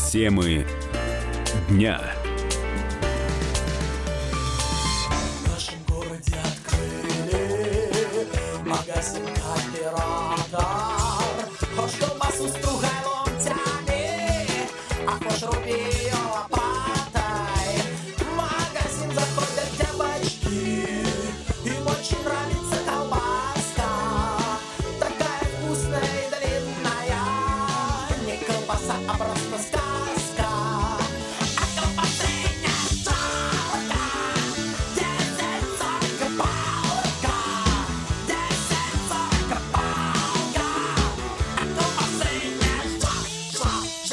Темы дня. В нашем городе открыли магазин «Кооператор». Хочешь колбасу с круглой ломтями, а хочешь руби ее лопатой. В магазин заходят девочки, им очень нравится колбаска. Такая вкусная и длинная, не колбаса, а просто сказка. А колбасы не жалко, 10-40 палка, 10-40 палка. А колбасы не жалко,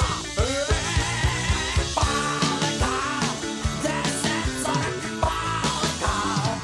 палка, 10-40 палка,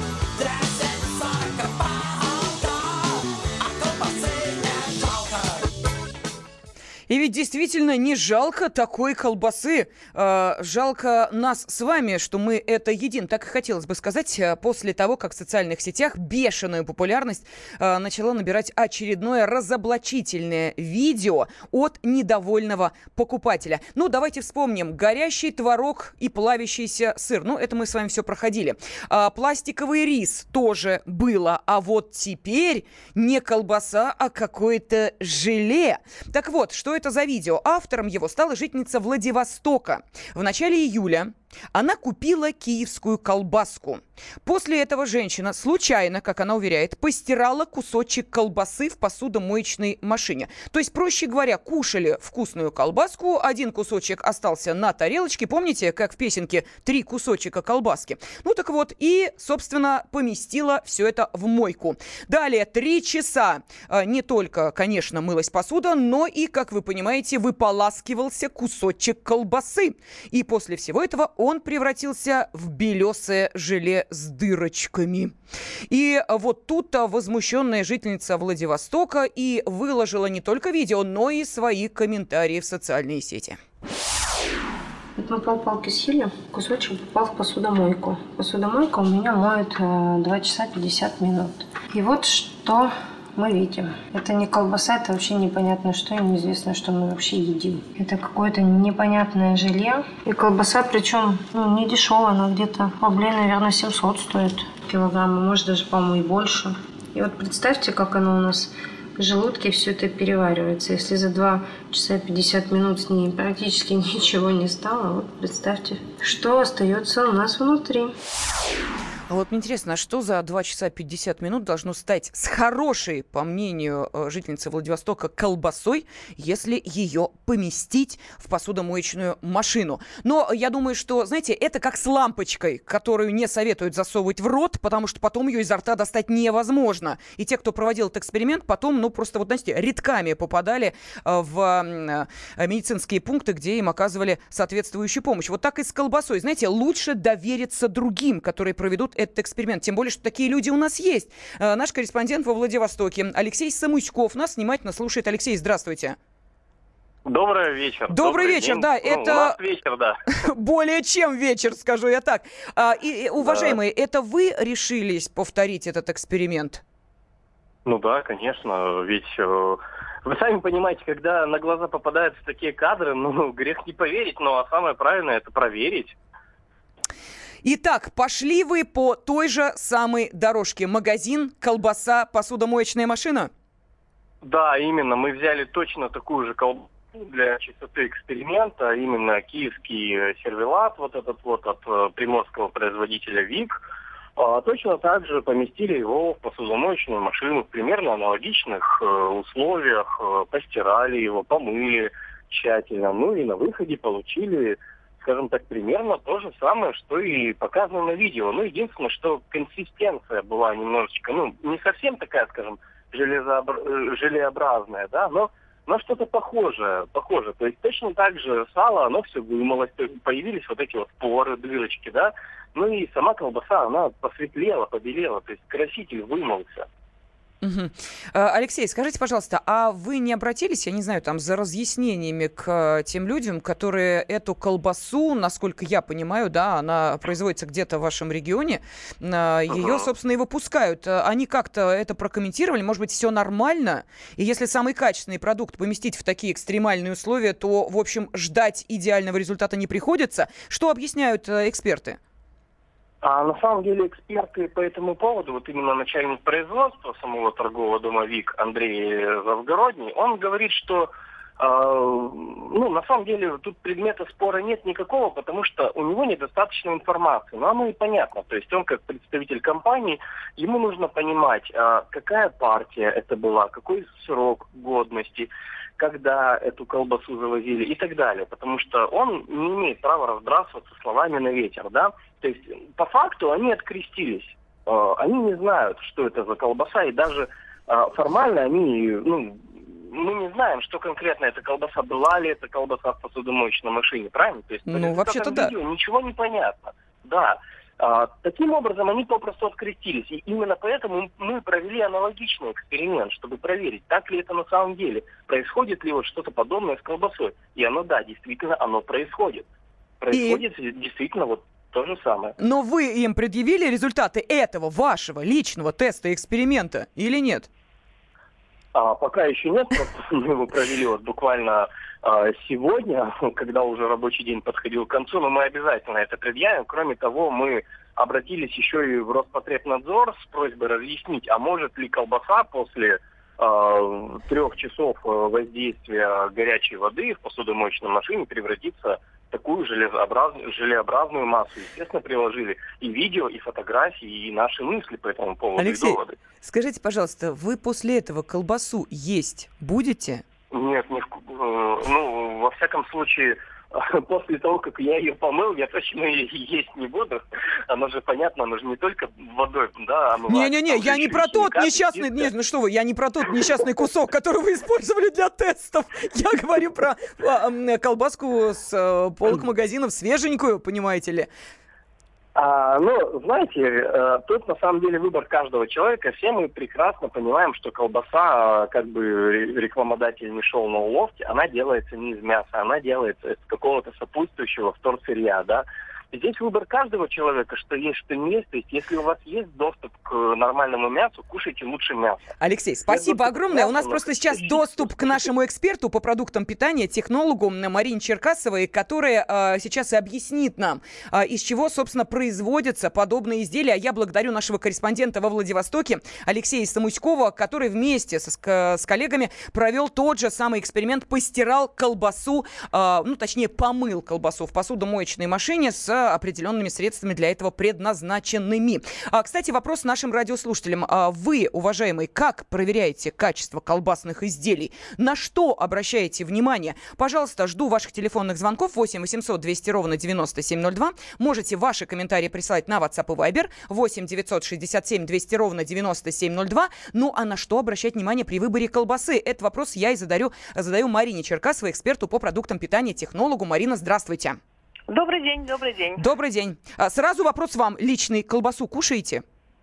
10-40 палка. А колбасы не жалко. И ведь действительно не жалко такой колбасы. Жалко нас с вами, что мы это едим. Так и хотелось бы сказать, после того, как в социальных сетях бешеную популярность начало набирать очередное разоблачительное видео от недовольного покупателя. Ну, давайте вспомним. Горящий творог и плавящийся сыр. Ну, это мы с вами все проходили. Пластиковый рис тоже было. А вот теперь не колбаса, а какое-то желе. Так вот, что это за видео? Автором его стала жительница Владивостока. В начале июля она купила киевскую колбаску. После этого женщина случайно, как она уверяет, постирала кусочек колбасы в посудомоечной машине. То есть, проще говоря, кушали вкусную колбаску, один кусочек остался на тарелочке. Помните, как в песенке «Три кусочка колбаски»? Ну так вот, и, собственно, поместила все это в мойку. Далее 3 часа не только, конечно, мылась посуда, но и, как вы понимаете, выполаскивался кусочек колбасы. И после всего этого он превратился в белесое желе с дырочками. И вот тут-то возмущенная жительница Владивостока и выложила не только видео, но и свои комментарии в социальные сети. Вот мы полпалки съели, кусочек попал в посудомойку. Посудомойка у меня моет 2 часа 50 минут. И вот что мы видим. Это не колбаса, это вообще непонятно что, и неизвестно, что мы вообще едим. Это какое-то непонятное желе. И колбаса, причем не дешевая, она где-то рублей, наверное, 700 стоит килограмм, может даже, по-моему, и больше. И вот представьте, как оно у нас в желудке все это переваривается. Если за 2 часа 50 минут с ней практически ничего не стало, вот представьте, что остается у нас внутри. А вот мне интересно, а что за 2 часа 50 минут должно стать с хорошей, по мнению жительницы Владивостока, колбасой, если ее поместить в посудомоечную машину? Но я думаю, что, знаете, это как с лампочкой, которую не советуют засовывать в рот, потому что потом ее изо рта достать невозможно. И те, кто проводил этот эксперимент, потом, просто вот, знаете, рядками попадали в медицинские пункты, где им оказывали соответствующую помощь. Вот так и с колбасой. Знаете, лучше довериться другим, которые проведут этот эксперимент. Тем более, что такие люди у нас есть. Наш корреспондент во Владивостоке Алексей Самуськов нас внимательно слушает. Алексей, здравствуйте. Добрый вечер. Добрый вечер, день. да. У Это нас вечер, да. более чем вечер, скажу я так. Уважаемые, это вы решились повторить этот эксперимент? Ну да, конечно. Ведь вы сами понимаете, когда на глаза попадаются такие кадры, грех не поверить, но самое правильное это проверить. Итак, пошли вы по той же самой дорожке. Магазин, колбаса, посудомоечная машина? Да, именно. Мы взяли точно такую же колбасу для чистоты эксперимента, именно киевский сервелат, вот этот вот от приморского производителя ВИК. Точно так же поместили его в посудомоечную машину в примерно аналогичных условиях, постирали его, помыли тщательно, и на выходе получили, скажем так, примерно то же самое, что и показано на видео. Единственное, что консистенция была немножечко, не совсем такая, скажем, желеобразная, да, но что-то похожее. То есть точно так же сало, оно все вымылось, появились вот эти вот поры, дырочки, да, и сама колбаса, она посветлела, побелела, то есть краситель вымылся. Мгм. Алексей, скажите, пожалуйста, а вы не обратились, я не знаю, там, за разъяснениями к тем людям, которые эту колбасу, насколько я понимаю, да, она производится где-то в вашем регионе, ее, собственно, и выпускают. Они как-то это прокомментировали? Может быть, все нормально? И если самый качественный продукт поместить в такие экстремальные условия, то, в общем, ждать идеального результата не приходится. Что объясняют эксперты? А на самом деле эксперты по этому поводу, вот именно начальник производства самого торгового дома ВИК Андрей Завгородний, он говорит, что на самом деле тут предмета спора нет никакого, потому что у него недостаточно информации. Ну, оно и понятно. То есть он как представитель компании, ему нужно понимать, какая партия это была, какой срок годности, когда эту колбасу завозили и так далее. Потому что он не имеет права разбрасываться словами на ветер, да. То есть по факту они открестились. Они не знают, что это за колбаса, и даже формально они, мы не знаем, что конкретно эта колбаса, была ли это колбаса в посудомоечной машине, правильно? То есть вообще-то да. видео ничего не понятно. Да. Таким образом, они попросту открестились. И именно поэтому мы провели аналогичный эксперимент, чтобы проверить, так ли это на самом деле. Происходит ли вот что-то подобное с колбасой. И оно, да, действительно, оно происходит. Происходит действительно вот то же самое. Но вы им предъявили результаты этого вашего личного теста эксперимента или нет? Пока еще нет, мы его провели вот буквально сегодня, когда уже рабочий день подходил к концу, но мы обязательно это предъявим. Кроме того, мы обратились еще и в Роспотребнадзор с просьбой разъяснить, а может ли колбаса после 3 часов воздействия горячей воды в посудомоечной машине превратиться в такую желеобразную массу. Естественно, приложили и видео, и фотографии, и наши мысли по этому поводу, Алексей, и доводы. скажите, пожалуйста, вы после этого колбасу есть будете? Нет, во всяком случае, после того, как я ее помыл, я точно ее есть не буду. Оно же понятно, оно же не только водой, да, омывается. Не-не-не, я не про тот несчастный, нет, ну что вы, я не про тот несчастный кусок, который вы использовали для тестов. Я говорю про колбаску с полок магазинов, свеженькую, понимаете ли. Знаете, тут на самом деле выбор каждого человека. Все мы прекрасно понимаем, что колбаса, как бы рекламодатель не шел на уловки, она делается не из мяса, она делается из какого-то сопутствующего вторсырья, да. Здесь выбор каждого человека, что есть, что не есть. То есть, если у вас есть доступ к нормальному мясу, кушайте лучше мясо. Алексей, спасибо огромное. У нас просто сейчас доступ к нашему эксперту по продуктам питания, технологу Марине Черкасовой, которая сейчас и объяснит нам, из чего, собственно, производятся подобные изделия. Я благодарю нашего корреспондента во Владивостоке Алексея Самуськова, который вместе с коллегами провел тот же самый эксперимент, постирал колбасу, точнее, помыл колбасу в посудомоечной машине с определенными средствами для этого предназначенными. Кстати, вопрос нашим радиослушателям. Вы, уважаемые, как проверяете качество колбасных изделий? На что обращаете внимание? Пожалуйста, жду ваших телефонных звонков 8 800 200 ровно 9702. Можете ваши комментарии присылать на WhatsApp и Viber 8 967 200 ровно 9702. Ну, а на что обращать внимание при выборе колбасы? Этот вопрос я и задаю Марине Черкасовой, эксперту по продуктам питания, технологу. Марина, здравствуйте. Добрый день, добрый день. Добрый день. Сразу вопрос вам личный. Колбасу кушаете?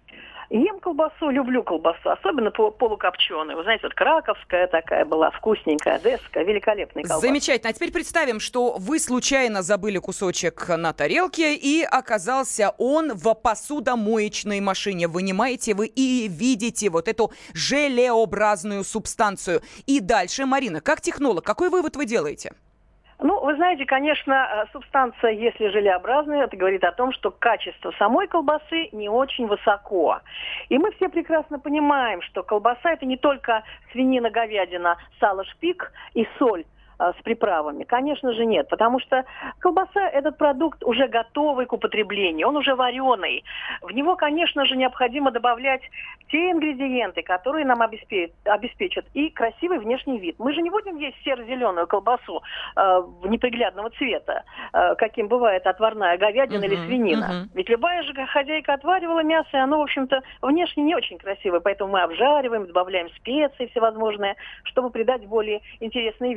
Ем колбасу, люблю колбасу, особенно полукопченую. Вы знаете, вот краковская такая была, вкусненькая, одесская, великолепная колбаса. Замечательно. А теперь представим, что вы случайно забыли кусочек на тарелке, и оказался он в посудомоечной машине. Вынимаете вы и видите вот эту желеобразную субстанцию. И дальше, Марина, как технолог, какой вывод вы делаете? Вы знаете, конечно, субстанция, если желеобразная, это говорит о том, что качество самой колбасы не очень высоко. И мы все прекрасно понимаем, что колбаса – это не только свинина, говядина, сало, шпик и соль с приправами. Конечно же, нет, потому что колбаса – этот продукт уже готовый к употреблению, он уже вареный. В него, конечно же, необходимо добавлять те ингредиенты, которые нам обеспечат и красивый внешний вид. Мы же не будем есть серо-зеленую колбасу неприглядного цвета, каким бывает отварная говядина или свинина. Ведь любая же хозяйка отваривала мясо, и оно, в общем-то, внешне не очень красивое, поэтому мы обжариваем, добавляем специи всевозможные, чтобы придать более интересный вид.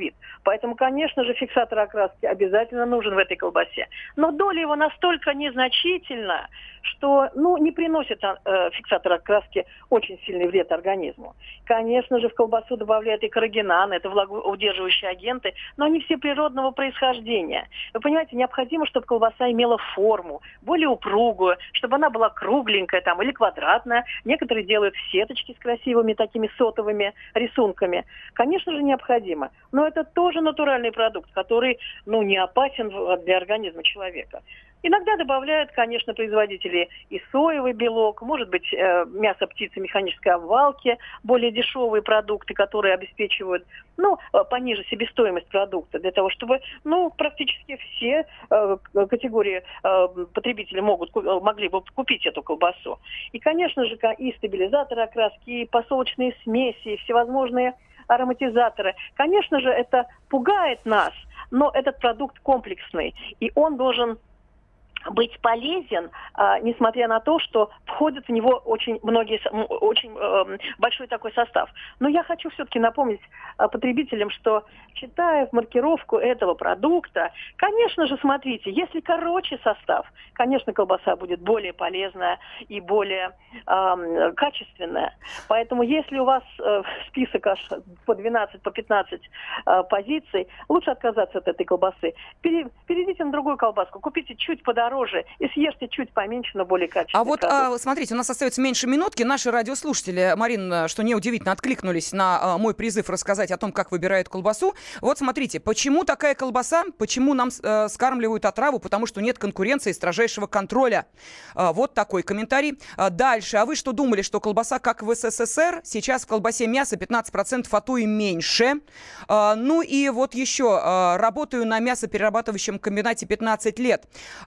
Поэтому, конечно же, фиксатор окраски обязательно нужен в этой колбасе. Но доля его настолько незначительна, что не приносит фиксатор окраски очень сильный вред организму. Конечно же, в колбасу добавляют и каррагинаны, это влагоудерживающие агенты, но они все природного происхождения. Вы понимаете, необходимо, чтобы колбаса имела форму, более упругую, чтобы она была кругленькая там, или квадратная. Некоторые делают сеточки с красивыми такими сотовыми рисунками. Конечно же, необходимо. Но это тоже натуральный продукт, который не опасен для организма человека. Иногда добавляют, конечно, производители и соевый белок, может быть, мясо птицы механической обвалки, более дешевые продукты, которые обеспечивают, пониже себестоимость продукта, для того, чтобы, практически все категории потребителей могли бы купить эту колбасу. И, конечно же, и стабилизаторы окраски, и посолочные смеси, и всевозможные ароматизаторы. Конечно же, это пугает нас, но этот продукт комплексный, и он должен быть полезен, несмотря на то, что входит в него очень большой такой состав. Но я хочу все-таки напомнить потребителям, что, читая маркировку этого продукта, конечно же, смотрите, если короче состав, конечно, колбаса будет более полезная и более качественная. Поэтому, если у вас список аж по 12, по 15 позиций, лучше отказаться от этой колбасы. Перейдите на другую колбаску, купите чуть подороже и съешьте чуть поменьше, но более качественный продукт. Смотрите, у нас остается меньше минутки. Наши радиослушатели, Марин, что неудивительно, откликнулись на мой призыв рассказать о том, как выбирают колбасу. Вот смотрите, почему такая колбаса, почему нам скармливают отраву, потому что нет конкуренции и строжайшего контроля. Вот такой комментарий. Дальше. А вы что думали, что колбаса как в СССР? Сейчас в колбасе мяса 15%, а то и меньше. И вот еще. Работаю на мясоперерабатывающем комбинате 15 лет.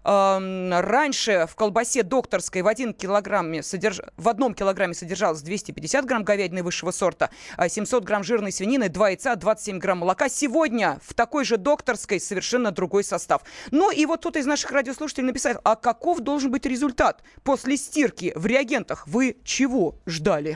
Раньше в колбасе докторской в 1 килограмме содержалось 250 грамм говядины высшего сорта, 700 грамм жирной свинины, 2 яйца, 27 грамм молока. Сегодня в такой же докторской совершенно другой состав. И вот кто-то из наших радиослушателей написал, а каков должен быть результат после стирки в реагентах? Вы чего ждали?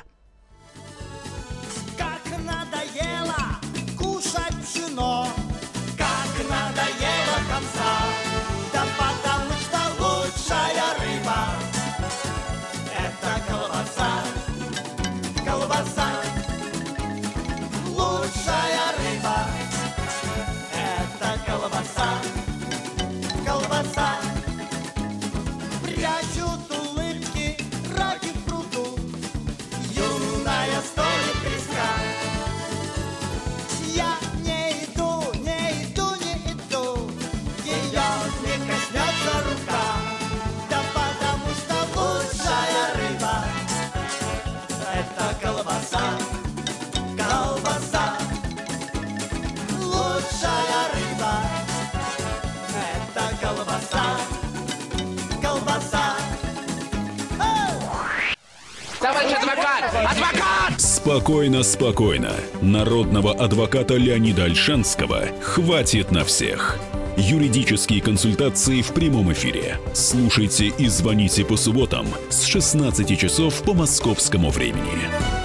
Как надоело кушать пшено, как надоело комса, да потому что лучшая рыба — это колбаса, колбаса. Лучшая рыба — это колбаса, колбаса. Прячут улыбки раки в пруду, юная столик треска. Я не иду, ее не коснется рука, да потому что лучшая рыба — это колбаса, колбаса. Лучшая рыба — это колбаса, колбаса. Товарищ адвокат! Адвокат! Спокойно, спокойно. Народного адвоката Леонида Ольшанского хватит на всех. Юридические консультации в прямом эфире. Слушайте и звоните по субботам с 16 часов по московскому времени.